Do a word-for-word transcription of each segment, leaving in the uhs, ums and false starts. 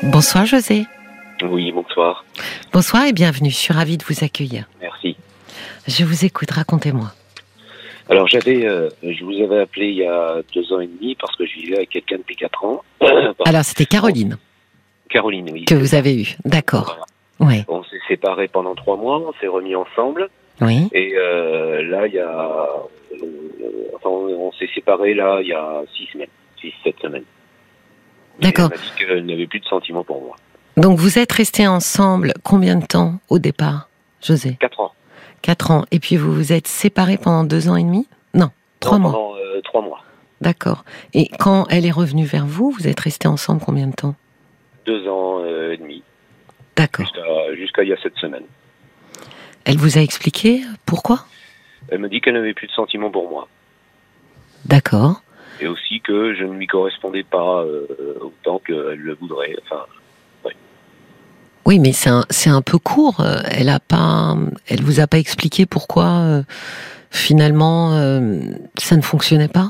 Bonsoir José. Oui, bonsoir. Bonsoir et bienvenue, je suis ravie de vous accueillir. Merci. Je vous écoute, racontez-moi. Alors j'avais, euh, je vous avais appelé il y a deux ans et demi parce que je vivais avec quelqu'un depuis quatre ans. Alors c'était Caroline. Caroline, oui. Que vous ça. avez eu, d'accord. Voilà. Ouais. On s'est séparés pendant trois mois, on s'est remis ensemble. Oui. Et euh, là, il y a, euh, enfin, on s'est séparés là il y a six semaines, six, sept semaines. D'accord. Elle m'a dit qu'elle n'avait plus de sentiments pour moi. Donc vous êtes restés ensemble combien de temps au départ, José? Quatre ans. Quatre ans. Et puis vous vous êtes séparés pendant deux ans et demi? Non, trois non, mois. Pendant euh, trois mois. D'accord. Et quand elle est revenue vers vous, vous êtes restés ensemble combien de temps? Deux ans euh, et demi. D'accord. Jusqu'à, jusqu'à il y a sept semaines. Elle vous a expliqué pourquoi? Elle me dit qu'elle n'avait plus de sentiments pour moi. D'accord. Et aussi que je ne lui correspondais pas euh, autant qu'elle le voudrait. Enfin, ouais. Oui, mais c'est un, c'est un peu court. Elle a pas, elle vous a pas expliqué pourquoi euh, finalement euh, ça ne fonctionnait pas?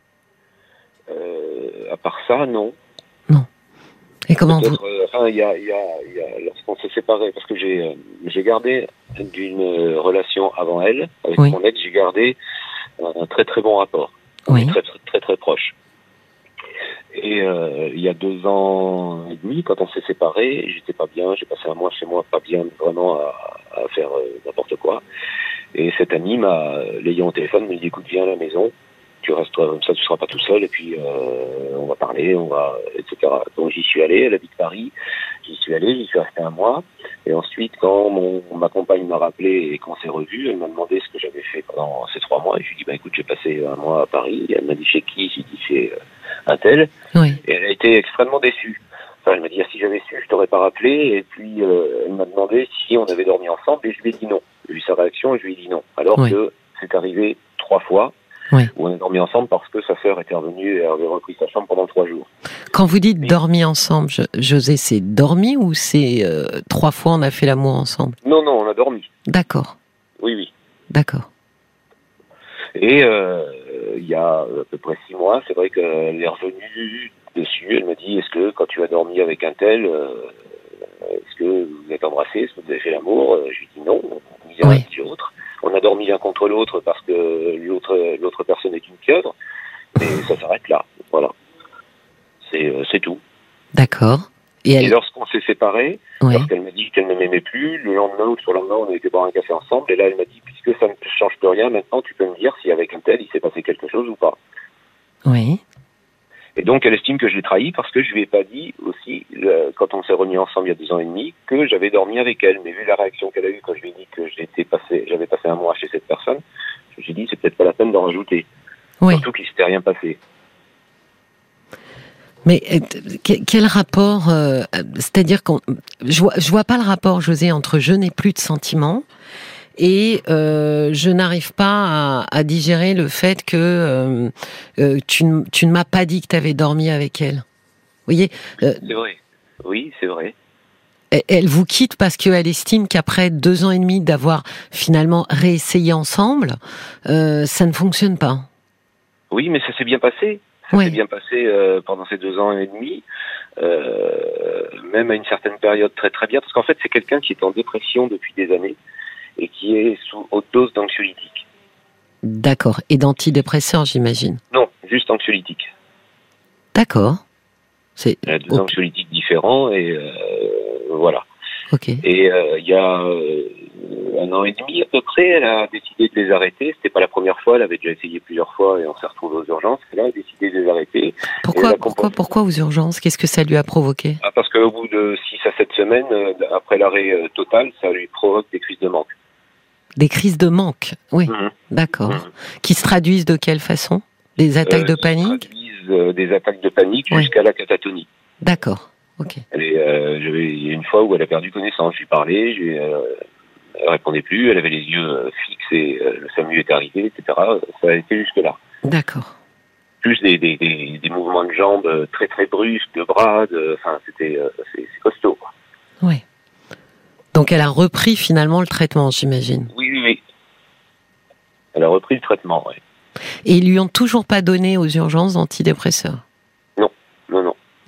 Euh, à part ça, non. Non. Et comment Peut-être, vous euh, enfin, il y a, il y a, il y a, lorsqu'on s'est séparés, parce que j'ai, euh, j'ai gardé d'une euh, relation avant elle, avec oui. mon ex, j'ai gardé un, un très très bon rapport. On oui. est très très très très proches. Et euh, il y a deux ans et demi, quand on s'est séparés, j'étais pas bien, j'ai passé un mois chez moi, pas bien vraiment à, à faire euh, n'importe quoi. Et cet ami m'a, l'ayant au téléphone, me dit écoute, viens à la maison, tu restes comme ça, tu seras pas tout seul, et puis euh, on va parler, on va, et cetera. Donc j'y suis allé, elle habite Paris, j'y suis allé, j'y suis resté un mois. Et ensuite, quand mon, ma compagne m'a rappelé et qu'on s'est revus, elle m'a demandé ce que j'avais fait pendant ces trois mois. Et je lui ai dit bah écoute, j'ai passé un mois à Paris. Et elle m'a dit chez qui? J'ai dit chez euh, un tel. Oui. Et elle a été extrêmement déçue. Enfin, elle m'a dit ah, si j'avais su, je t'aurais pas rappelé. Et puis euh, elle m'a demandé si on avait dormi ensemble, et je lui ai dit non. J'ai vu sa réaction et je lui ai dit non. Alors oui. que c'est arrivé trois fois. Oui. Où on a dormi ensemble parce que sa sœur était revenue et avait repris sa chambre pendant trois jours. Quand vous dites dormi ensemble, José, c'est dormi ou c'est euh, trois fois on a fait l'amour ensemble? Non, non, on a dormi. D'accord. Oui, oui. D'accord. Et euh, il y a à peu près six mois, c'est vrai qu'elle est revenue dessus. Elle me dit, est-ce que quand tu as dormi avec un tel, euh, est-ce que vous êtes embrassés, est-ce que vous avez fait l'amour? Je lui dis non, ni l'un ni l'autre. On a dormi l'un contre l'autre parce que l'autre, l'autre personne est une pieuvre, mais ça s'arrête là. Voilà. C'est, c'est tout. D'accord. Et, elle... et lorsqu'on s'est séparés, oui. lorsqu'elle m'a dit qu'elle ne m'aimait plus, le lendemain ou le surlendemain, on a été boire un café ensemble, et là elle m'a dit, puisque ça ne change plus rien, maintenant tu peux me dire si avec un tel il s'est passé quelque chose ou pas. Oui. Et donc elle estime que je l'ai trahi parce que je lui ai pas dit aussi, le, quand on s'est remis ensemble il y a deux ans et demi, que j'avais dormi avec elle. Mais vu la réaction qu'elle a eue quand je lui ai dit que j'étais passé, j'avais passé un mois chez cette personne, je me suis dit c'est peut-être pas la peine d'en rajouter. Oui. Surtout qu'il s'était rien passé. Mais quel rapport euh, c'est-à-dire qu'on, je vois, je vois pas le rapport, José, entre je n'ai plus de sentiments et euh, je n'arrive pas à, à digérer le fait que euh, euh, tu, tu ne m'as pas dit que tu avais dormi avec elle. Vous voyez euh, C'est vrai. Oui, c'est vrai. Elle vous quitte parce qu'elle estime qu'après deux ans et demi d'avoir finalement réessayé ensemble, euh, ça ne fonctionne pas. Oui, mais ça s'est bien passé. Ça oui. s'est bien passé euh, pendant ces deux ans et demi, euh, même à une certaine période très très bien, parce qu'en fait c'est quelqu'un qui est en dépression depuis des années et qui est sous haute dose d'anxiolytiques. D'accord. Et d'antidépresseurs, j'imagine? Non, juste anxiolytiques. D'accord. C'est il y a deux okay. anxiolytiques différents et euh, voilà. Ok. Et il euh, y a euh, un an et demi à peu près, elle a décidé de les arrêter. C'était pas la première fois, elle avait déjà essayé plusieurs fois et on s'est retrouvés aux urgences. Elle a décidé de les arrêter. Pourquoi, pourquoi, pourquoi aux urgences? Qu'est-ce que ça lui a provoqué? Ah, parce qu'au bout de six à sept semaines, euh, après l'arrêt euh, total, ça lui provoque des crises de manque. Des crises de manque, oui. Mmh. D'accord. Mmh. Qui se traduisent de quelle façon? Des attaques euh, de panique? Qui se traduisent euh, des attaques de panique oui. jusqu'à la catatonie. D'accord. Ok. Elle est, euh, j'avais, il y a une fois où elle a perdu connaissance. Je lui parlais, je lui, euh, elle répondait plus, elle avait les yeux euh, fixes et euh, le SAMU est arrivé, et cetera. Ça a été jusque-là. D'accord. Plus des, des, des, des mouvements de jambes très très brusques, de bras, de, enfin c'était, euh, c'est, c'est costaud. Quoi. Oui. Donc elle a repris finalement le traitement, j'imagine. Oui, oui, oui. Elle a repris le traitement, oui. Et ils lui ont toujours pas donné aux urgences d'antidépresseurs? Non, non, non.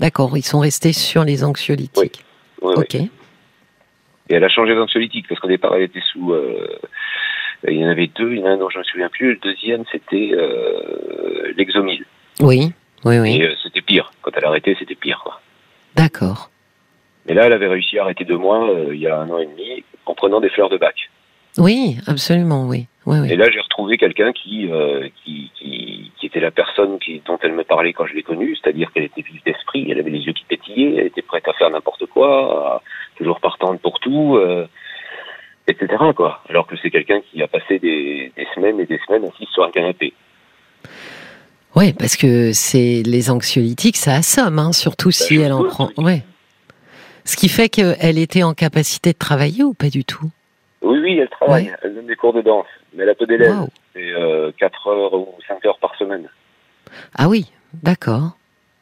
D'accord, ils sont restés sur les anxiolytiques. Oui, oui, ok. oui. Et elle a changé d'anxiolytique, parce qu'au départ, elle était sous... Euh, il y en avait deux, il y en a un dont je ne me souviens plus. Le deuxième, c'était euh, l'Exomil. Oui, oui, oui. Et euh, c'était pire. Quand elle a arrêté, c'était pire, quoi. D'accord. Mais là, elle avait réussi à arrêter deux mois, euh, il y a un an et demi, en prenant des fleurs de bac. Oui, absolument, oui. oui, oui. Et là, j'ai retrouvé quelqu'un qui, euh, qui, qui, qui était la personne qui, dont elle me parlait quand je l'ai connue, c'est-à-dire qu'elle était vive d'esprit, elle avait les yeux qui pétillaient, elle était prête à faire n'importe quoi, à, toujours partante pour tout, euh, et cetera, quoi. Alors que c'est quelqu'un qui a passé des, des semaines et des semaines assis sur un canapé. Oui, parce que c'est les anxiolytiques, ça assomme, hein, surtout Ben, si elle en prend. Ouais. Ce qui fait qu'elle était en capacité de travailler ou pas du tout? Oui, oui, elle travaille, Ouais. elle donne des cours de danse, mais elle a peu d'élèves. Wow. C'est euh, quatre heures ou cinq heures par semaine. Ah oui, d'accord.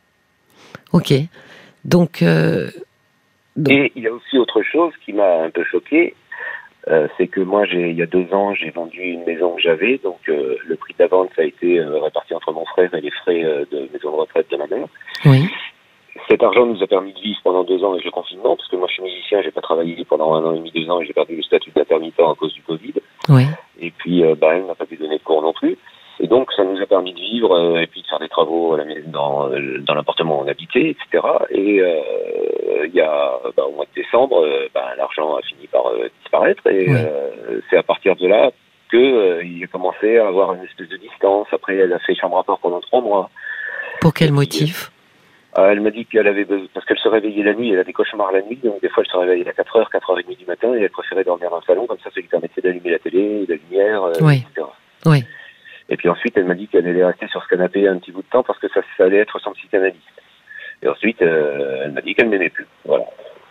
Ok. Donc, euh, donc... Et il y a aussi autre chose qui m'a un peu choqué, euh, c'est que moi, j'ai, il y a deux ans, j'ai vendu une maison que j'avais, donc euh, le prix de la vente, ça a été euh, réparti entre mon frère et les frais euh, de maison de retraite de ma mère. Oui. Cet argent nous a permis de vivre pendant deux ans avec le confinement, parce que moi je suis musicien, j'ai pas travaillé pendant un an et demi, deux ans, et j'ai perdu le statut d'intermittent à cause du Covid. Oui. Et puis, euh, bah, elle n'a pas pu donner de cours non plus. Et donc, ça nous a permis de vivre euh, et puis de faire des travaux à la maison, dans, euh, dans l'appartement où on habitait, et cetera. Et euh, il y a, bah, au mois de décembre, euh, bah, l'argent a fini par euh, disparaître. Et Oui. euh, c'est à partir de là que euh, il a commencé à avoir une espèce de distance. Après, elle a fait chambre à part pendant trois mois. Pour quel Et puis, motif? euh, Elle m'a dit qu'elle avait, parce qu'elle se réveillait la nuit, elle a des cauchemars la nuit, donc des fois elle se réveillait à quatre heures, quatre heures trente du matin, et elle préférait dormir dans le salon, comme ça ça lui permettait d'allumer la télé, la lumière, euh, Oui. et cetera. Oui. Et puis ensuite, elle m'a dit qu'elle allait rester sur ce canapé un petit bout de temps parce que ça, ça allait être son psychanalyste. Et ensuite, euh, elle m'a dit qu'elle ne m'aimait plus. Voilà.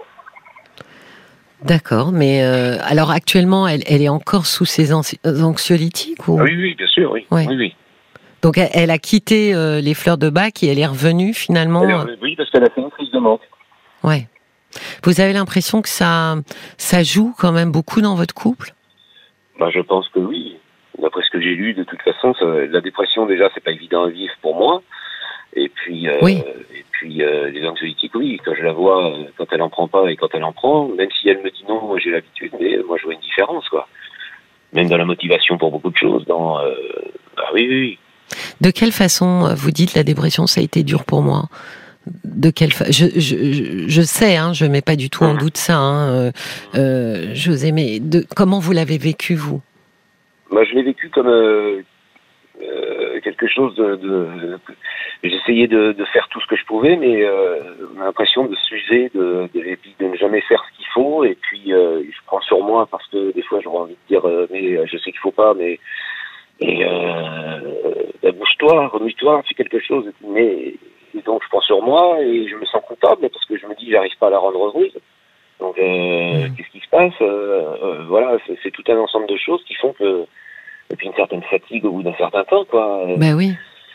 D'accord, mais euh, alors actuellement, elle, elle est encore sous ses anxi- anxiolytiques ou... Ah oui, oui, bien sûr, oui. Ouais. Oui, oui. Donc elle, elle a quitté euh, les fleurs de bac et elle est revenue finalement. Elle est- oui, parce qu'elle a fait une crise de manque. Ouais. Vous avez l'impression que ça, ça joue quand même beaucoup dans votre couple? Bah, je pense que oui. D'après ce que j'ai lu, de toute façon, ça, la dépression, déjà, c'est pas évident à vivre pour moi. Et puis, euh, Oui. et puis euh, les anxiolytiques, oui, quand je la vois, euh, quand elle en prend pas et quand elle en prend, même si elle me dit non, moi j'ai l'habitude, mais moi je vois une différence, quoi. Même dans la motivation pour beaucoup de choses, dans... Euh, bah oui, oui, oui. De quelle façon euh, vous dites la dépression, ça a été dur pour moi? De quelle fa... je, je, je, je sais, hein, je mets pas du tout en doute ça, hein, euh, euh, José, mais de, comment vous l'avez vécu, vous? Moi, je l'ai vécu comme euh, euh, quelque chose de... de, de j'essayais de, de faire tout ce que je pouvais, mais euh, on a l'impression de s'user, de, de, et puis de ne jamais faire ce qu'il faut, et puis euh, je prends sur moi parce que des fois j'aurais envie de dire euh, mais je sais qu'il faut pas, mais et euh, bah, bouge-toi, remue-toi, fais quelque chose, mais et donc je prends sur moi et je me sens coupable parce que je me dis j'arrive pas à la rendre heureuse. Donc euh, mmh. Qu'est-ce qui se passe? euh, euh, Voilà, c'est, c'est tout un ensemble de choses qui font que et puis une certaine fatigue au bout d'un certain temps, quoi. Ben oui.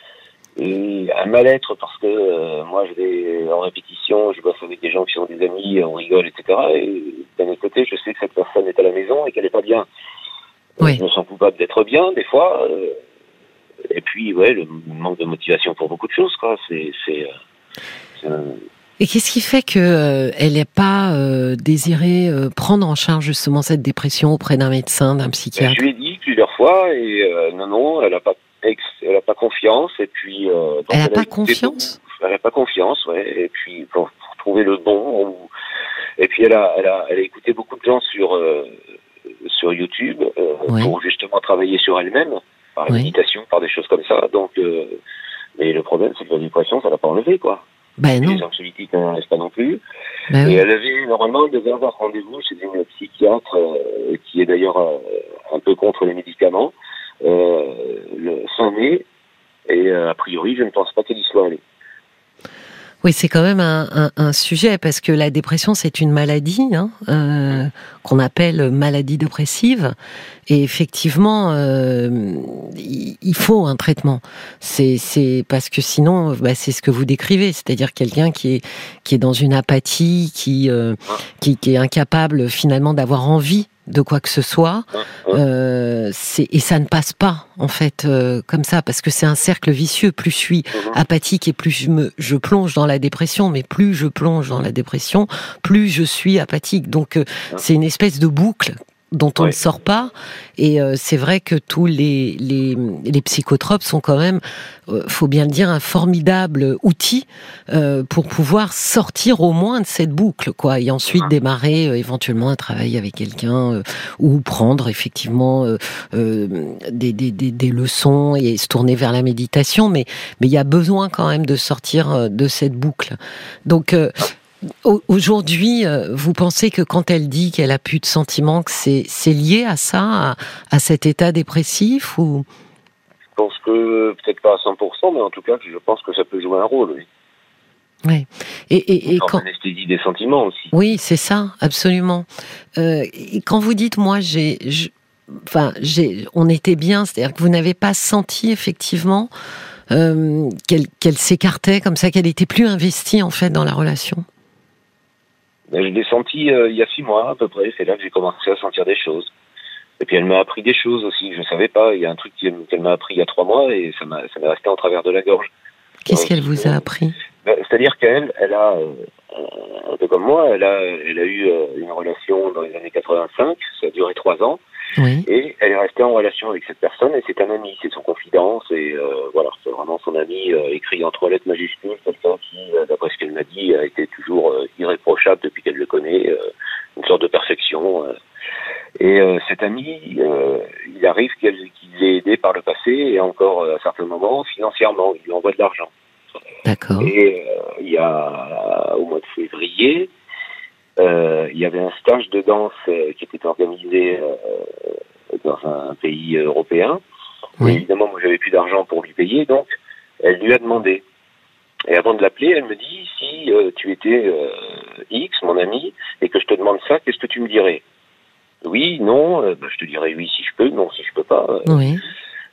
Et un mal-être parce que euh, moi je vais en répétition, je bosse avec des gens qui sont des amis, on rigole, et cetera. Et d'un autre côté, je sais que cette personne est à la maison et qu'elle est pas bien. Oui. Je me sens coupable d'être bien des fois. Euh, et puis ouais, le manque de motivation pour beaucoup de choses, quoi. C'est, c'est, euh, c'est euh... Et qu'est-ce qui fait que euh, elle n'ait pas euh, désiré euh, prendre en charge justement cette dépression auprès d'un médecin, d'un psychiatre? Je lui ai dit plusieurs fois et euh, non, non, elle a pas, elle a pas confiance. Et puis euh, elle n'a pas a confiance. Elle n'a pas confiance, ouais. Et puis pour, pour trouver le bon. Ou... Et puis elle a, elle a, elle a écouté beaucoup de gens sur euh, sur YouTube euh, ouais. pour justement travailler sur elle-même par la ouais. méditation, par des choses comme ça. Donc, euh, mais le problème, c'est que la dépression, ça l'a pas enlevé, quoi. Ben non. Les anxiolytiques n'en restent pas non plus. Ben et oui. elle avait, normalement, elle devait avoir rendez-vous chez une psychiatre, euh, qui est d'ailleurs euh, un peu contre les médicaments, euh, le fin mai, et euh, a priori, je ne pense pas qu'elle y soit allée. Oui, c'est quand même un, un, un sujet, parce que la dépression, c'est une maladie, hein, euh, qu'on appelle maladie dépressive. Et effectivement, euh, il faut un traitement. C'est, c'est parce que sinon, bah, c'est ce que vous décrivez, c'est-à-dire quelqu'un qui est qui est dans une apathie, qui euh, qui, qui est incapable finalement d'avoir envie de quoi que ce soit. Euh, c'est, et ça ne passe pas, en fait, euh, comme ça, parce que c'est un cercle vicieux. Plus je suis apathique et plus je, me, je plonge dans la dépression, mais plus je plonge dans la dépression, plus je suis apathique. Donc, euh, c'est une espèce de boucle dont on ouais. ne sort pas. Et euh, c'est vrai que tous les, les, les psychotropes sont quand même, euh, faut bien le dire, un formidable outil euh, pour pouvoir sortir au moins de cette boucle, quoi, et ensuite démarrer euh, éventuellement un travail avec quelqu'un euh, ou prendre effectivement euh, euh, des, des, des, des leçons et se tourner vers la méditation. Mais mais il y a besoin quand même de sortir de cette boucle. Donc euh, aujourd'hui, vous pensez que quand elle dit qu'elle a plus de sentiments, que c'est, c'est lié à ça, à, à cet état dépressif ou... Je pense que, peut-être pas à cent pour cent, mais en tout cas, je pense que ça peut jouer un rôle, oui. Oui. Et, et, et quand... Anesthésie des sentiments aussi. Oui, c'est ça, absolument. Euh, et quand vous dites, moi, j'ai... Je... Enfin, j'ai... on était bien, c'est-à-dire que vous n'avez pas senti, effectivement, euh, qu'elle, qu'elle s'écartait comme ça, qu'elle était plus investie, en fait, dans la relation. Je l'ai senti euh, il y a six mois à peu près, c'est là que j'ai commencé à sentir des choses. Et puis elle m'a appris des choses aussi, je ne savais pas, il y a un truc qu'elle m'a appris il y a trois mois et ça, m'a, ça m'est resté en travers de la gorge. Qu'est-ce Donc, qu'elle vous a appris ? ben, C'est-à-dire qu'elle, elle a, euh, un peu comme moi, elle a, elle a eu euh, une relation dans les années quatre-vingt-cinq, ça a duré trois ans, oui. Et elle est restée en relation avec cette personne et c'est un ami, c'est son confident, c'est, euh, voilà, c'est vraiment son ami, euh, écrit en trois lettres majuscules, quelqu'un qui, euh, d'après ce qu'elle m'a dit, a été toujours euh, irréprochable depuis qu'elle le connaît, euh, une sorte de perfection. Euh. Et euh, cet ami, euh, il arrive qu'elle, qu'il l'ait aidé par le passé et encore à certains moments financièrement, il lui envoie de l'argent. D'accord. Et euh, il y a, au mois de février, Euh, il y avait un stage de danse euh, qui était organisé euh, dans un pays européen. Oui. Et évidemment, moi, j'avais plus d'argent pour lui payer, donc elle lui a demandé. Et avant de l'appeler, elle me dit, si euh, tu étais euh, X, mon ami, et que je te demande ça, qu'est-ce que tu me dirais ? Oui, non, euh, bah, je te dirais oui si je peux, non si je peux pas. Euh, oui. Pourquoi ?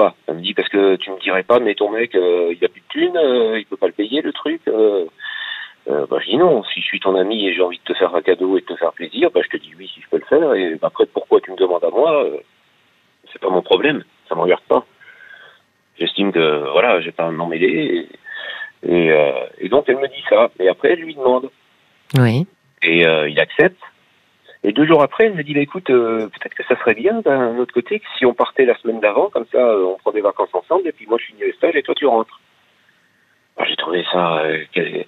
Elle me dit, parce que tu me dirais pas, mais ton mec, euh, il a plus de thunes, euh, il peut pas le payer, le truc. Euh, Euh, bah, je dis non, si je suis ton ami et j'ai envie de te faire un cadeau et de te faire plaisir, bah, je te dis oui si je peux le faire, et bah, après pourquoi tu me demandes à moi, euh, c'est pas mon problème, ça me regarde pas. J'estime que, voilà, j'ai pas à m'en mêler, et, et, euh, et donc elle me dit ça, et après elle lui demande. Oui. Et euh, il accepte, et deux jours après, elle me dit, bah, écoute, euh, peut-être que ça serait bien d'un autre côté que si on partait la semaine d'avant, comme ça euh, on prend des vacances ensemble, et puis moi je finis le stage et toi tu rentres. Bah, j'ai trouvé ça... Euh, quel...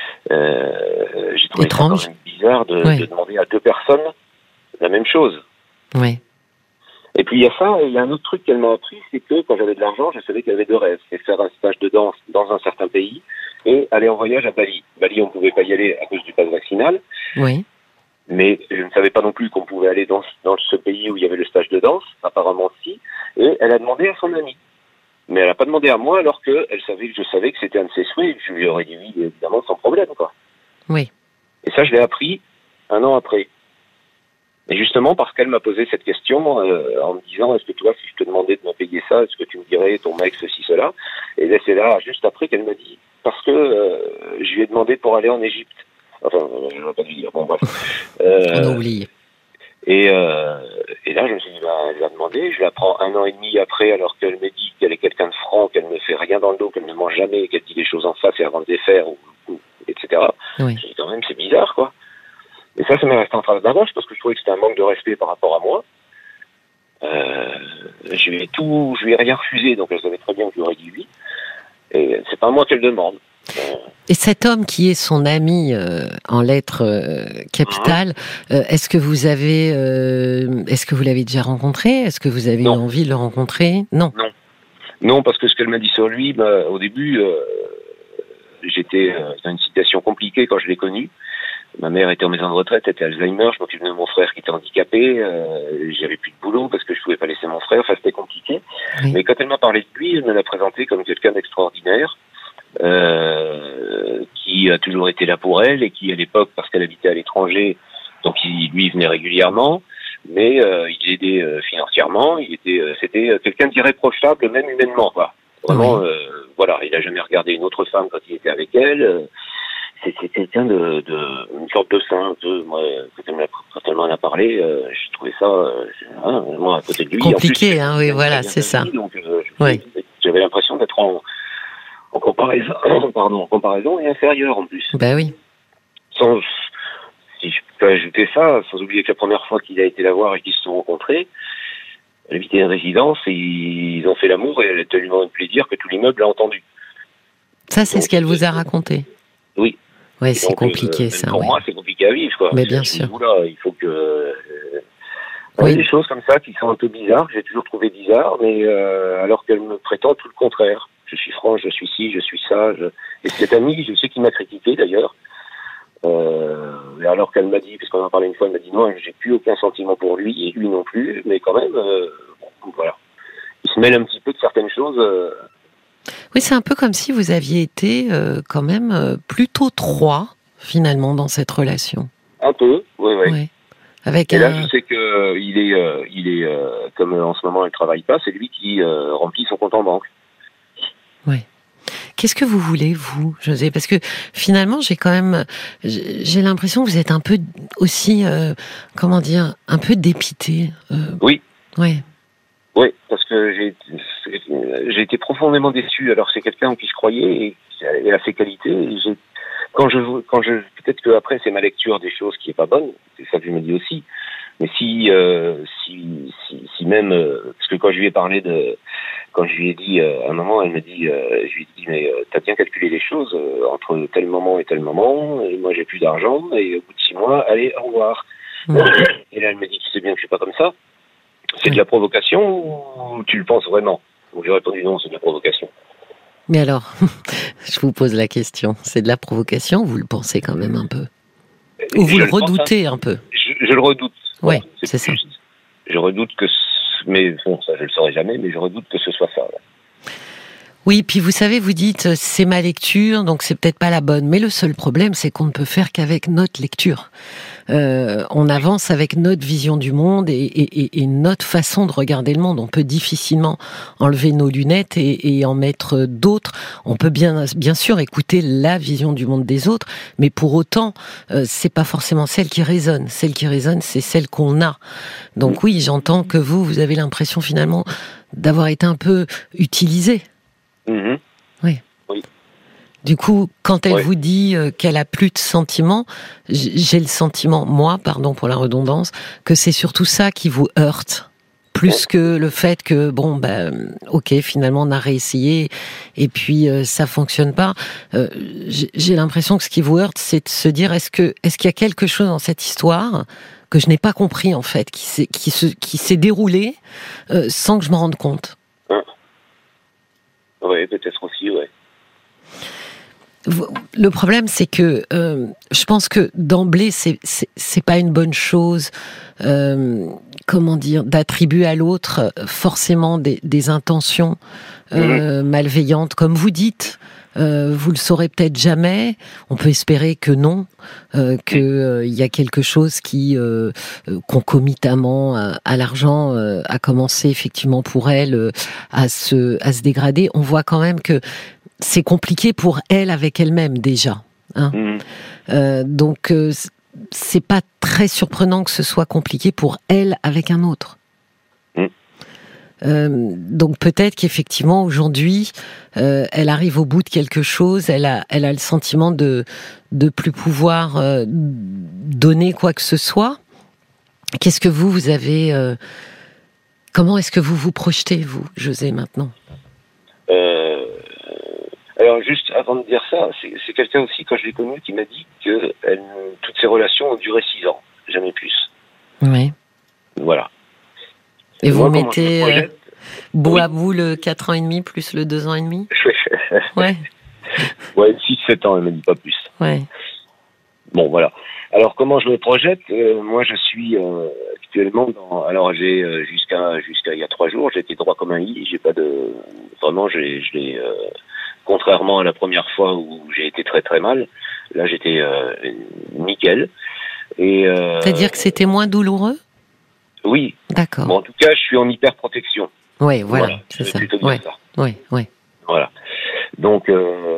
Euh, j'ai trouvé étrange. ça quand même bizarre de, oui. de demander à deux personnes la même chose. Oui. Et puis il y a ça, et il y a un autre truc qu'elle m'a appris, c'est que quand j'avais de l'argent, je savais qu'il y avait deux rêves. C'est faire un stage de danse dans un certain pays et aller en voyage à Bali. Bali, on ne pouvait pas y aller à cause du pass vaccinal. Oui. Mais je ne savais pas non plus qu'on pouvait aller dans, dans ce pays où il y avait le stage de danse, apparemment si. Et elle a demandé à son ami. Mais elle n'a pas demandé à moi alors qu'elle savait que je savais que c'était un de ses souhaits et que je lui aurais dit oui, évidemment, sans problème, quoi. Oui. Et ça, je l'ai appris un an après. Et justement, parce qu'elle m'a posé cette question euh, en me disant, est-ce que toi, si je te demandais de me payer ça, est-ce que tu me dirais ton mec, ceci, cela ? Et là, c'est là, juste après, qu'elle m'a dit, parce que euh, je lui ai demandé pour aller en Égypte. Enfin, je ne vais pas lui dire, bon, bref. Euh, On a oublié. Et, euh, et là, je me suis dit, bah, elle l'a demandé, je la prends un an et demi après, alors qu'elle me dit qu'elle est quelqu'un de franc, qu'elle ne fait rien dans le dos, qu'elle ne ment jamais, qu'elle dit les choses en face et avant de les faire, ou, ou, et cetera. Oui. Je dis quand même, c'est bizarre, quoi. Et ça, ça m'est resté en travers de la gorge, parce que je trouvais que c'était un manque de respect par rapport à moi. Euh, je lui ai tout, je lui ai rien refusé, donc elle savait très bien que je lui aurais dit oui. Et c'est pas moi qu'elle demande. Et cet homme qui est son ami euh, en lettres euh, capitales, mmh. euh, est-ce que vous avez, euh, est-ce que vous l'avez déjà rencontré ? Est-ce que vous avez non. eu envie de le rencontrer ? Non. Non. Non, parce que ce qu'elle m'a dit sur lui, bah, au début, euh, j'étais euh, dans une situation compliquée quand je l'ai connu. Ma mère était en maison de retraite, était Alzheimer, je m'occupais de mon frère qui était handicapé, euh, j'avais plus de boulot parce que je pouvais pas laisser mon frère, enfin c'était compliqué. Oui. Mais quand elle m'a parlé de lui, elle me l'a présenté comme quelqu'un d'extraordinaire. Euh, qui a toujours été là pour elle et qui à l'époque, parce qu'elle habitait à l'étranger, donc il, lui il venait régulièrement, mais euh, il l'aidait euh, financièrement, il était, euh, c'était euh, quelqu'un d'irréprochable même humainement, quoi. Vraiment, oui. euh, voilà, il a jamais regardé une autre femme quand il était avec elle. Euh, c'est, c'est quelqu'un de, de une sorte de saint un peu. Moi, quand elle m'a, quand elle m'en a parlé, euh, j'ai trouvé ça, euh, hein, moi à côté de lui. Compliqué, en plus, hein, oui, voilà, c'est ça. Vie, donc, euh, Oui. J'avais l'impression d'être en, en comparaison, pardon, en comparaison et inférieur en plus. Ben oui. Sans, si je peux ajouter ça, sans oublier que la première fois qu'il a été la voir et qu'ils se sont rencontrés, elle habitait une résidence et ils ont fait l'amour et elle a tellement de plaisir que tout l'immeuble l'a entendu. Ça, c'est donc, ce qu'elle vous a raconté. Oui. Oui, c'est donc, compliqué, euh, ça. Pour oui. moi, c'est compliqué à vivre, quoi. Mais bien c'est, sûr. Là, il faut que. Euh, oui. Il y a des choses comme ça qui sont un peu bizarres, que j'ai toujours trouvé bizarres, mais euh, alors qu'elle me prétend tout le contraire. Je suis franc, je suis ci, je suis ça. Je... Et cet ami, je sais qu'il m'a critiqué d'ailleurs. Euh, alors qu'elle m'a dit, parce qu'on en parlait une fois, elle m'a dit non, j'ai plus aucun sentiment pour lui, et lui non plus, mais quand même, euh, bon, voilà. Il se mêle un petit peu de certaines choses. Euh... Oui, c'est un peu comme si vous aviez été euh, quand même euh, plutôt trois, finalement, dans cette relation. Un peu, oui, oui. Ouais. Avec et un... là, je sais que il est, euh, il est euh, comme euh, en ce moment, elle travaille pas, c'est lui qui euh, remplit son compte en banque. Oui. Qu'est-ce que vous voulez, vous, José ? Parce que finalement, j'ai quand même, j'ai l'impression que vous êtes un peu aussi, euh, comment dire, un peu dépité. Euh... Oui. Oui. Oui, parce que j'ai, j'ai été profondément déçu. Alors c'est quelqu'un en qui je croyais et elle a ses qualités. Et j'ai, quand je, quand je, peut-être que après c'est ma lecture des choses qui est pas bonne. C'est ça que je me dis aussi. Mais si, euh, si, si, si même, euh, parce que quand je lui ai parlé de, quand je lui ai dit, euh, à un moment, elle me dit, euh, je lui ai dit, mais euh, t'as bien calculé les choses euh, entre tel moment et tel moment. Et moi j'ai plus d'argent et au bout de six mois, allez, au revoir. Mmh. Et là elle me dit, tu sais bien que je suis pas comme ça. C'est de la provocation ou tu le penses vraiment ? Donc j'ai répondu non, c'est de la provocation. Mais alors, je vous pose la question, c'est de la provocation ou vous le pensez quand même un peu ? Ou vous je le, le redoutez pense, un peu ? je, je le redoute. Oui, bon, c'est, c'est ça. Juste. Je redoute que, mais bon, ça je le saurai jamais, mais je redoute que ce soit ça. Là. Oui, puis vous savez, vous dites, c'est ma lecture, donc c'est peut-être pas la bonne. Mais le seul problème, c'est qu'on ne peut faire qu'avec notre lecture. Euh, on avance avec notre vision du monde et, et, et notre façon de regarder le monde. On peut difficilement enlever nos lunettes et, et en mettre d'autres. On peut bien, bien sûr écouter la vision du monde des autres, mais pour autant, euh, c'est pas forcément celle qui résonne. Celle qui résonne, c'est celle qu'on a. Donc oui, j'entends que vous, vous avez l'impression finalement d'avoir été un peu utilisé. Mmh. Oui. Oui. Du coup, quand elle ouais. vous dit euh, qu'elle a plus de sentiments, j'ai le sentiment, moi, pardon pour la redondance, que c'est surtout ça qui vous heurte, plus que le fait que bon, ben, ok, finalement on a réessayé et puis euh, ça fonctionne pas. Euh, j'ai l'impression que ce qui vous heurte, c'est de se dire est-ce que est-ce qu'il y a quelque chose dans cette histoire que je n'ai pas compris en fait, qui s'est qui se qui s'est déroulé euh, sans que je m'en rende compte. Hein. Oui, peut-être aussi, ouais. Le problème, c'est que euh, je pense que d'emblée, c'est, c'est c'est pas une bonne chose. Euh, comment dire, d'attribuer à l'autre forcément des, des intentions euh, mmh. malveillantes, comme vous dites. Euh, vous le saurez peut-être jamais. On peut espérer que non, euh, que euh, y a quelque chose qui euh, concomitamment à, à l'argent euh, a commencé effectivement pour elle euh, à se à se dégrader. On voit quand même que c'est compliqué pour elle avec elle-même déjà. Hein. Mmh. Euh, donc euh, c'est pas très surprenant que ce soit compliqué pour elle avec un autre. Mmh. Euh, donc peut-être qu'effectivement aujourd'hui, euh, elle arrive au bout de quelque chose. Elle a, elle a le sentiment de de plus pouvoir euh, donner quoi que ce soit. Qu'est-ce que vous, vous avez euh, comment est-ce que vous vous projetez, vous, José, maintenant ? euh... Alors juste avant de dire ça, c'est, c'est quelqu'un aussi, quand je l'ai connu, qui m'a dit que elle, toutes ses relations ont duré six ans, jamais plus. Oui. Voilà. Et, Et vous moi, mettez euh, bout oui. à bout le quatre ans et demi plus le deux ans et demi. Ouais. Ouais, six sept ans, elle m'a dit pas plus. Ouais. Bon, voilà. Alors comment je me projette euh, Moi, je suis euh, actuellement dans. Alors j'ai euh, jusqu'à jusqu'à il y a trois jours, j'étais droit comme un i. J'ai pas de. Vraiment, j'ai je l'ai. Euh... Contrairement à la première fois où j'ai été très très mal, là j'étais euh, nickel. Et euh, c'est-à-dire que c'était moins douloureux ? Oui. D'accord. Bon, en tout cas, je suis en hyper protection. Oui, voilà, voilà, c'est ça. Plutôt dire ouais. ça. Oui, oui. Voilà. Donc, euh,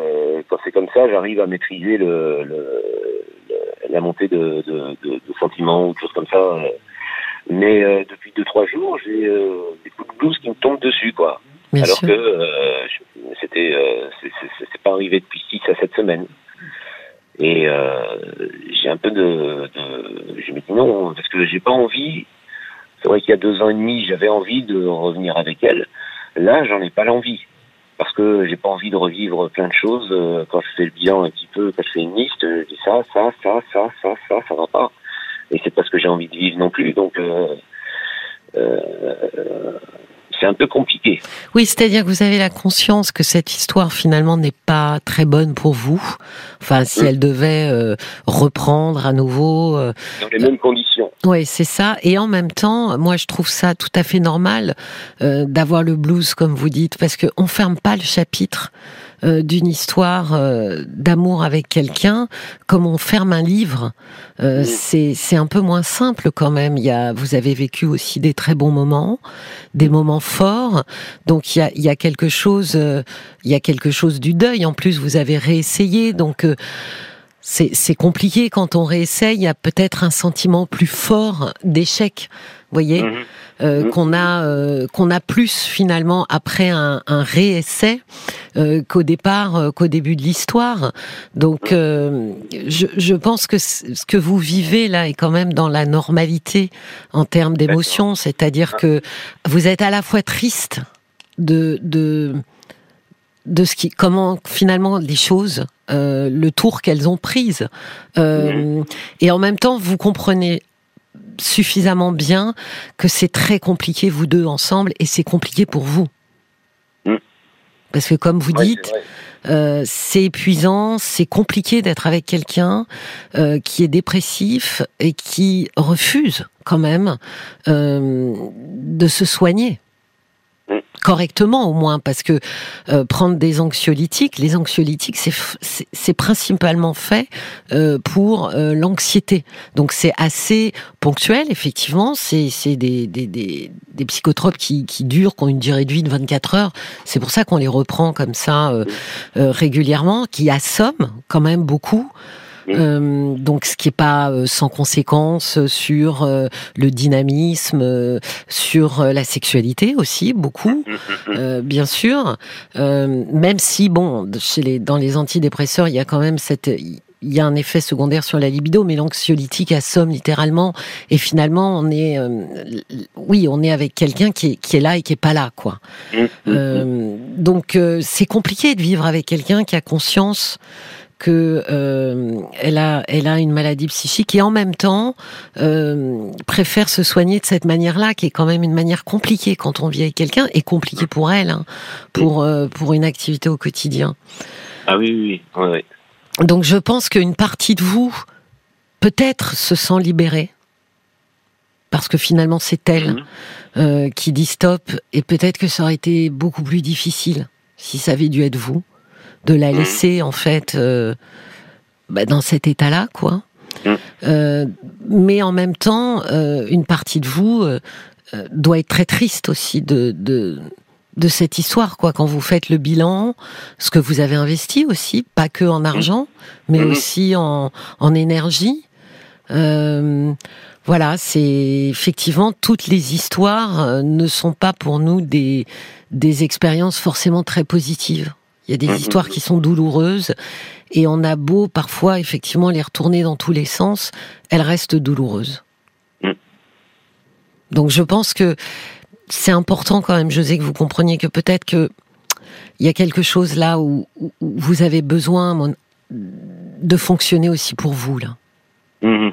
quand c'est comme ça, j'arrive à maîtriser le, le, le la montée de, de, de, de sentiments ou de choses comme ça. Euh, mais euh, depuis deux trois jours, j'ai euh, des coups de blues qui me tombent dessus, quoi. Bien Alors sûr. que euh, c'était, euh, c'est, c'est, c'est pas arrivé depuis six à sept semaines. Et euh, j'ai un peu de, de, je me dis non, parce que j'ai pas envie. C'est vrai qu'il y a deux ans et demi, j'avais envie de revenir avec elle. Là, j'en ai pas l'envie. Parce que j'ai pas envie de revivre plein de choses. Quand je fais le bilan un petit peu, quand je fais une liste, je dis ça, ça, ça, ça, ça, ça, ça va pas. Et c'est pas ce que j'ai envie de vivre non plus. Donc, euh, euh, c'est un peu compliqué. Oui, c'est-à-dire que vous avez la conscience que cette histoire finalement n'est pas très bonne pour vous. Enfin, si mmh. elle devait euh, reprendre à nouveau euh, dans les mêmes conditions. Oui, c'est ça. Et en même temps, moi, je trouve ça tout à fait normal euh, d'avoir le blues, comme vous dites, parce que on ferme pas le chapitre euh, d'une histoire euh, d'amour avec quelqu'un comme on ferme un livre. Euh, mmh. C'est c'est un peu moins simple quand même. Il y a, vous avez vécu aussi des très bons moments, des moments forts. Donc il y a il y a quelque chose, euh, il y a quelque chose du deuil. En plus, vous avez réessayé, donc. Euh, C'est, c'est compliqué quand on réessaye. Il y a peut-être un sentiment plus fort d'échec, vous voyez, mmh. euh, mmh. qu'on a euh, qu'on a plus finalement après un, un réessai euh, qu'au départ, euh, qu'au début de l'histoire. Donc, euh, je, je pense que ce que vous vivez là est quand même dans la normalité en termes d'émotions, c'est-à-dire que vous êtes à la fois triste de de de ce qui, comment finalement les choses, euh, le tour qu'elles ont prise, euh, mmh. et en même temps vous comprenez suffisamment bien que c'est très compliqué vous deux ensemble et c'est compliqué pour vous, mmh. parce que comme vous ouais, dites, c'est, euh, c'est épuisant, c'est compliqué d'être avec quelqu'un euh, qui est dépressif et qui refuse quand même euh, de se soigner. Correctement au moins, parce que euh, prendre des anxiolytiques, les anxiolytiques c'est, c'est, c'est principalement fait euh, pour euh, l'anxiété. Donc c'est assez ponctuel, effectivement, c'est, c'est des, des, des, des psychotropes qui, qui durent, qui ont une durée de vie de vingt-quatre heures, c'est pour ça qu'on les reprend comme ça euh, euh, régulièrement, qui assomment quand même beaucoup. Euh, donc, ce qui est pas euh, sans conséquence sur euh, le dynamisme, euh, sur euh, la sexualité aussi, beaucoup, euh, bien sûr. Euh, même si, bon, chez les, dans les antidépresseurs, il y a quand même cette, il y a un effet secondaire sur la libido, mais l'anxiolytique assomme littéralement. Et finalement, on est, euh, oui, on est avec quelqu'un qui est, qui est là et qui est pas là, quoi. Euh, donc, euh, c'est compliqué de vivre avec quelqu'un qui a conscience que euh, elle a elle a une maladie psychique et en même temps euh, préfère se soigner de cette manière-là, qui est quand même une manière compliquée quand on vit avec quelqu'un, et compliquée pour elle, hein, pour euh, pour une activité au quotidien. Ah oui oui oui. oui. Donc je pense qu'une partie de vous peut-être se sent libérée parce que finalement c'est elle mmh. euh, qui dit stop, et peut-être que ça aurait été beaucoup plus difficile si ça avait dû être vous, de la laisser mmh. en fait euh, bah, dans cet état-là, quoi. Mmh. Euh, mais en même temps, euh, une partie de vous euh, doit être très triste aussi de, de de cette histoire, quoi. Quand vous faites le bilan, ce que vous avez investi aussi, pas que en argent, mais mmh. aussi en en énergie. Euh, voilà, c'est effectivement, toutes les histoires ne sont pas pour nous des des expériences forcément très positives. Il y a des mmh. histoires qui sont douloureuses, et on a beau parfois effectivement les retourner dans tous les sens, elles restent douloureuses. Mmh. Donc je pense que c'est important quand même, José, que vous compreniez que peut-être que il y a quelque chose là où, où vous avez besoin de fonctionner aussi pour vous, là. Mmh.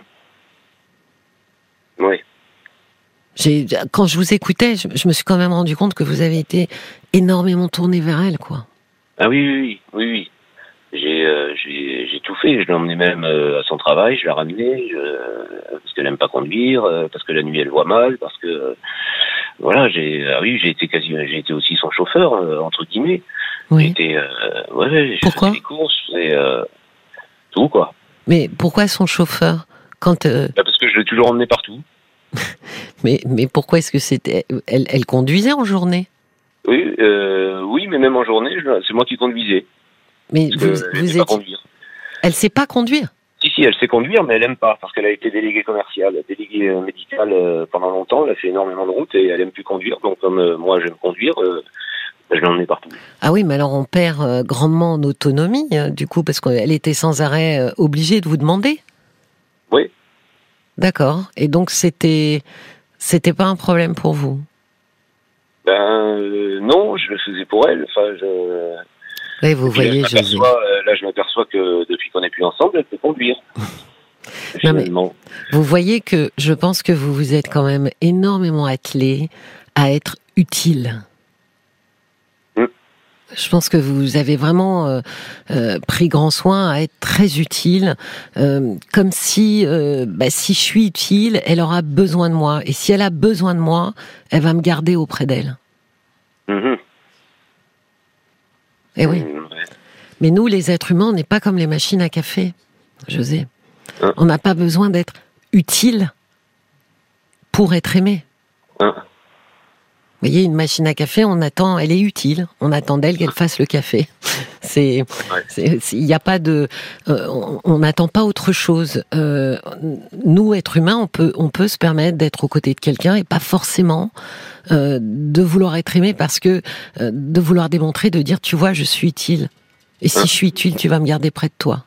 Oui. J'ai, quand je vous écoutais, je, je me suis quand même rendu compte que vous avez été énormément tourné vers elle, quoi. Ah oui, oui, oui, oui, oui. J'ai, euh, j'ai, j'ai tout fait. Je l'ai emmenée même euh, à son travail, je l'ai ramenée, je, euh, parce qu'elle n'aime pas conduire, euh, parce que la nuit elle voit mal, parce que euh, voilà, j'ai, ah oui, j'ai été quasi, j'ai été aussi son chauffeur euh, entre guillemets. Oui. J'ai été, euh, ouais, j'ai fait les courses et euh, tout, quoi. Mais pourquoi son chauffeur quand euh... bah parce que je l'ai toujours emmené partout. mais mais pourquoi est-ce que c'était elle, elle conduisait en journée? Oui, euh, oui, mais même en journée, je, c'est moi qui conduisais. Mais Parce vous, que elle vous sait pas êtes... conduire. Elle sait pas conduire. Si, si, elle sait conduire, mais elle aime pas, parce qu'elle a été déléguée commerciale, déléguée euh, médicale euh, pendant longtemps, elle a fait énormément de routes et elle aime plus conduire, donc comme euh, moi j'aime conduire, euh, ben, je l'emmène partout. Ah oui, mais alors on perd euh, grandement en autonomie, euh, du coup, parce qu'elle était sans arrêt euh, obligée de vous demander. Oui. D'accord. Et donc c'était, c'était pas un problème pour vous. Ben euh, non, je le faisais pour elle, enfin je... Oui, vous Et puis voyez, là, je José. m'aperçois, euh, là je m'aperçois que depuis qu'on n'est plus ensemble, elle peut conduire. Non, mais Finalement. vous voyez que je pense que vous vous êtes quand même énormément attelé à être utile. Mm. Je pense que vous avez vraiment euh, euh, pris grand soin à être très utile, euh, comme si, euh, bah, si je suis utile, elle aura besoin de moi. Et si elle a besoin de moi, elle va me garder auprès d'elle. Mm-hmm. Et oui. Mm, ouais. Mais nous, les êtres humains, on n'est pas comme les machines à café, José. Hein. On n'a pas besoin d'être utile pour être aimé. Hein. Vous voyez, une machine à café, on attend, elle est utile. On attend d'elle qu'elle fasse le café. C'est, Ouais. il n'y a pas de, euh, on n'attend pas autre chose. Euh, nous, êtres humains, on peut, on peut se permettre d'être aux côtés de quelqu'un et pas forcément euh, de vouloir être aimé parce que euh, de vouloir démontrer, de dire, tu vois, je suis utile. Et si Hein. je suis utile, tu vas me garder près de toi.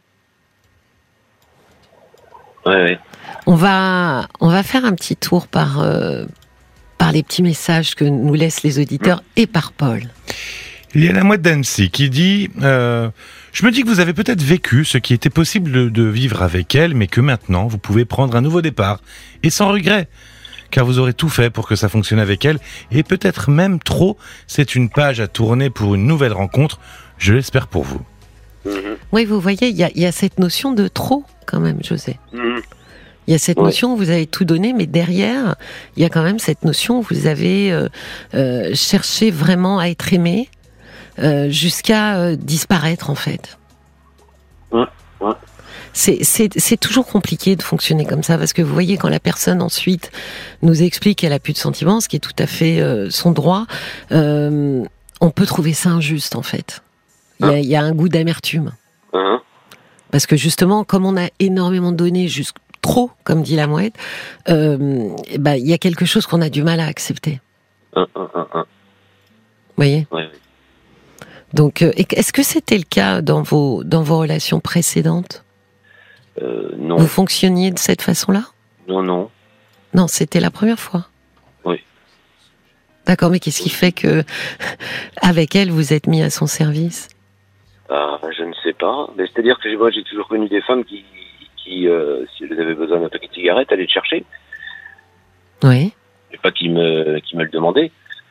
Ouais, ouais. On va, on va faire un petit tour par, euh, par les petits messages que nous laissent les auditeurs et par Paul. Il y a la mouette d'Annecy qui dit euh, « Je me dis que vous avez peut-être vécu ce qui était possible de, de vivre avec elle, mais que maintenant, vous pouvez prendre un nouveau départ, et sans regret, car vous aurez tout fait pour que ça fonctionne avec elle, et peut-être même trop, c'est une page à tourner pour une nouvelle rencontre, je l'espère pour vous. Mm-hmm. » Oui, vous voyez, il y a, il y a cette notion de trop, quand même, José. Mm-hmm. Il y a cette Ouais. notion où vous avez tout donné, mais derrière, il y a quand même cette notion où vous avez euh, euh, cherché vraiment à être aimé euh, jusqu'à euh, disparaître, en fait. Ouais, ouais. C'est, c'est, c'est toujours compliqué de fonctionner comme ça, parce que vous voyez, quand la personne ensuite nous explique qu'elle a plus de sentiments, ce qui est tout à fait euh, son droit, euh, on peut trouver ça injuste, en fait. Il y a, il y a un goût d'amertume. Hein. Parce que justement, comme on a énormément donné, jusqu'à trop, comme dit la mouette, euh, eh ben, il y a quelque chose qu'on a du mal à accepter. Hein, hein, hein, hein. Vous voyez ? Ouais, ouais. Donc, euh, est-ce que c'était le cas dans vos, dans vos relations précédentes ? Euh, non, Vous fonctionniez de cette façon-là ? non, non. Non, c'était la première fois. Oui. D'accord, mais qu'est-ce qui fait que, avec elle, vous êtes mis à son service ? Ah, je ne sais pas. Mais c'est-à-dire que moi, j'ai toujours connu des femmes qui, qui euh, si elles avaient besoin d'un paquet de cigarettes, allaient le chercher. Oui. Et pas qui me, qui me le demandaient.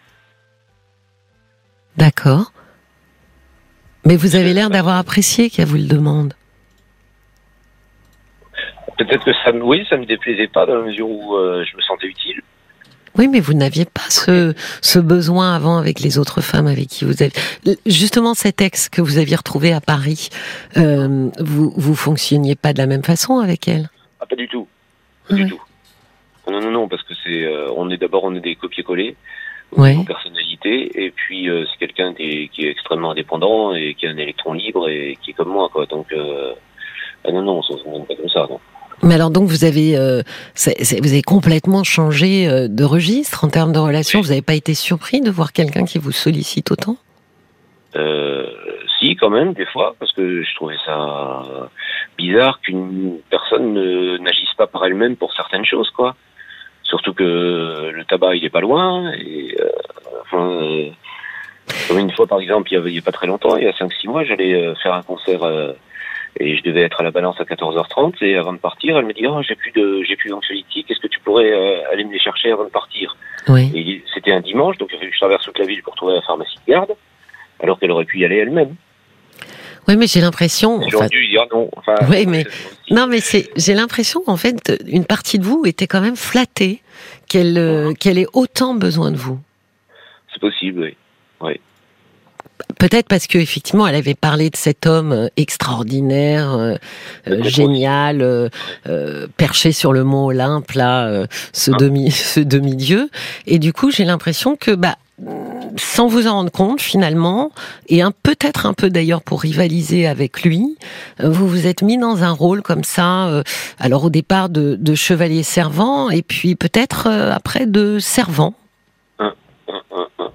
D'accord. Mais vous avez l'air d'avoir apprécié qu'elle vous le demande. Peut-être que ça me, oui, ça me déplaisait pas dans la mesure où euh, je me sentais utile. Oui, mais vous n'aviez pas ce, ce besoin avant avec les autres femmes avec qui vous avez... Justement, cet ex que vous aviez retrouvé à Paris, euh, vous vous fonctionniez pas de la même façon avec elle ? Ah, pas du tout. Pas Ouais. du tout. Non, non, non, parce que c'est, euh, on est d'abord, on est des copier-coller. Ouais. En personnalité, et puis euh, c'est quelqu'un qui est, qui est extrêmement indépendant et qui a un électron libre et qui est comme moi, quoi. Donc, euh, ah non, non, on ne se fonctionne pas comme ça, non. Mais alors donc vous avez, euh, c'est, c'est, vous avez complètement changé euh, de registre en termes de relations. Oui. Vous n'avez pas été surpris de voir quelqu'un qui vous sollicite autant ? Euh, si, quand même, des fois, parce que je trouvais ça bizarre qu'une personne ne, n'agisse pas par elle-même pour certaines choses, quoi. Surtout que le tabac, il est pas loin, et euh, enfin, euh, comme une fois, par exemple, il y, avait, il y a pas très longtemps, il y a cinq six mois, j'allais euh, faire un concert, euh, et je devais être à la Balance à quatorze heures trente, et avant de partir, elle me dit « Oh, j'ai plus de, j'ai plus d'anxiolytiques, est-ce que tu pourrais euh, aller me les chercher avant de partir ?» Oui. Et c'était un dimanche, donc il a fallu que je traverse toute la ville pour trouver la pharmacie de garde, alors qu'elle aurait pu y aller elle-même. Oui, mais j'ai l'impression. J'aurais Enfin, dû dire non. Enfin, oui, mais non, mais c'est. J'ai l'impression qu'en fait, une partie de vous était quand même flattée qu'elle euh, qu'elle ait autant besoin de vous. C'est possible, oui. Oui. Peut-être parce que effectivement, elle avait parlé de cet homme euh, extraordinaire, euh, euh, génial, euh, euh, perché sur le mont Olympe, là, euh, ce Ah. demi, ce demi-dieu. Et du coup, j'ai l'impression que, bah, sans vous en rendre compte finalement, et un, peut-être un peu d'ailleurs pour rivaliser avec lui, euh, vous vous êtes mis dans un rôle comme ça, euh, alors au départ de, de chevalier servant, et puis peut-être euh, après de servant. Hum, hum, hum, hum.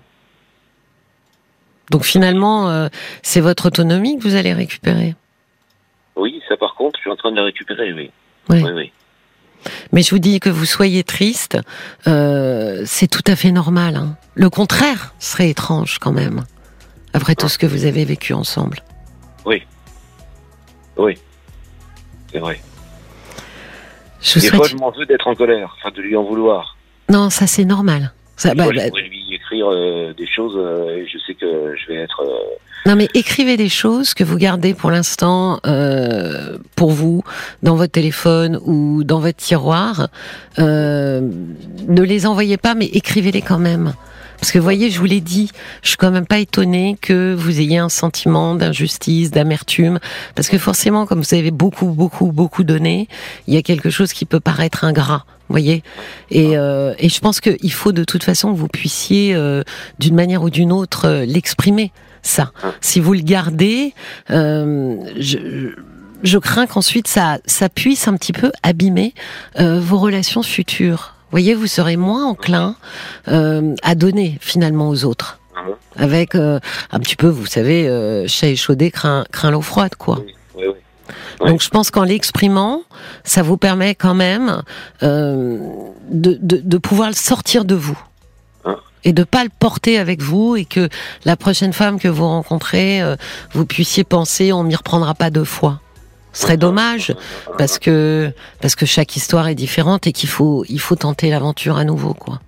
Donc finalement, euh, c'est votre autonomie que vous allez récupérer. Oui, ça par contre, je suis en train de la récupérer, oui. Oui. Oui, oui. Mais je vous dis que vous soyez triste, euh, c'est tout à fait normal. Hein. Le contraire serait étrange quand même, après tout ce que vous avez vécu ensemble. Oui. Oui. C'est vrai. Je vous Des souhaite... fois, je m'en veux d'être en colère, enfin de lui en vouloir. Non, ça c'est normal. Ça, Des bah, fois, bah... je pourrais lui écrire euh, des choses euh, et je sais que je vais être... Euh... Non mais écrivez des choses que vous gardez pour l'instant euh, pour vous, dans votre téléphone ou dans votre tiroir. Euh, ne les envoyez pas, mais écrivez-les quand même. Parce que vous voyez, je vous l'ai dit, je suis quand même pas étonnée que vous ayez un sentiment d'injustice, d'amertume, parce que forcément, comme vous avez beaucoup, beaucoup, beaucoup donné, il y a quelque chose qui peut paraître ingrat. Vous voyez, et, euh, et je pense qu'il faut de toute façon que vous puissiez, euh, d'une manière ou d'une autre, euh, l'exprimer. Ça. Si vous le gardez, euh, je, je crains qu'ensuite ça, ça puisse un petit peu abîmer euh, vos relations futures. Vous voyez, vous serez moins enclin euh, à donner finalement aux autres. Avec euh, un petit peu, vous savez, euh, chat échaudé craint, craint l'eau froide, quoi. Oui, oui, oui. Ouais. Donc je pense qu'en l'exprimant, ça vous permet quand même euh, de, de, de pouvoir le sortir de vous. Et de pas le porter avec vous, et que la prochaine femme que vous rencontrez, euh, vous puissiez penser on m'y reprendra pas deux fois. Ce serait dommage, parce que parce que chaque histoire est différente et qu'il faut il faut tenter l'aventure à nouveau, quoi.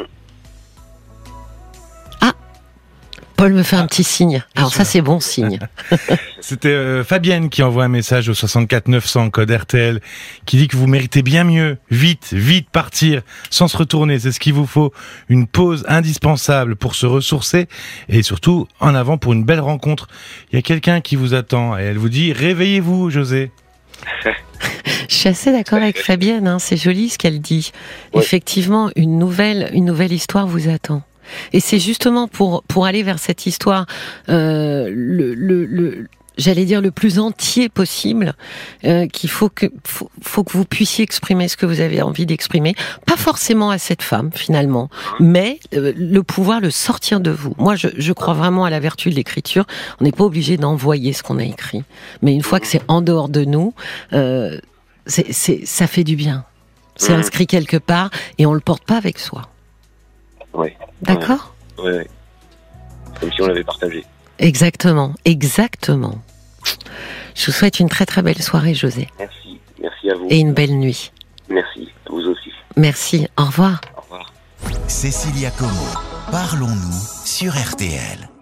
Ah, Paul me fait un petit signe. Alors ça c'est bon signe. C'était euh, Fabienne qui envoie un message au soixante-quatre neuf cents code R T L qui dit que vous méritez bien mieux. Vite, vite partir sans se retourner. C'est ce qu'il vous faut. Une pause indispensable pour se ressourcer et surtout en avant pour une belle rencontre. Il y a quelqu'un qui vous attend et elle vous dit réveillez-vous, José. Je suis assez d'accord avec Fabienne. Hein, c'est joli ce qu'elle dit. Ouais. Effectivement, une nouvelle une nouvelle histoire vous attend. Et c'est justement pour pour aller vers cette histoire euh, le, le, le j'allais dire le plus entier possible euh, qu'il faut que faut, faut que vous puissiez exprimer ce que vous avez envie d'exprimer, pas forcément à cette femme finalement, mais euh, le pouvoir le sortir de vous. Moi je, je crois vraiment à la vertu de l'écriture. On n'est pas obligé d'envoyer ce qu'on a écrit, mais une fois que c'est en dehors de nous, euh, c'est, c'est ça fait du bien. C'est inscrit quelque part et on le porte pas avec soi. Oui. D'accord ? Oui, oui. Comme si on l'avait partagé. Exactement, exactement. Je vous souhaite une très très belle soirée, José. Merci, merci à vous. Et une belle nuit. Merci, à vous aussi. Merci, au revoir. Au revoir. Cécilia Como, parlons-nous sur R T L.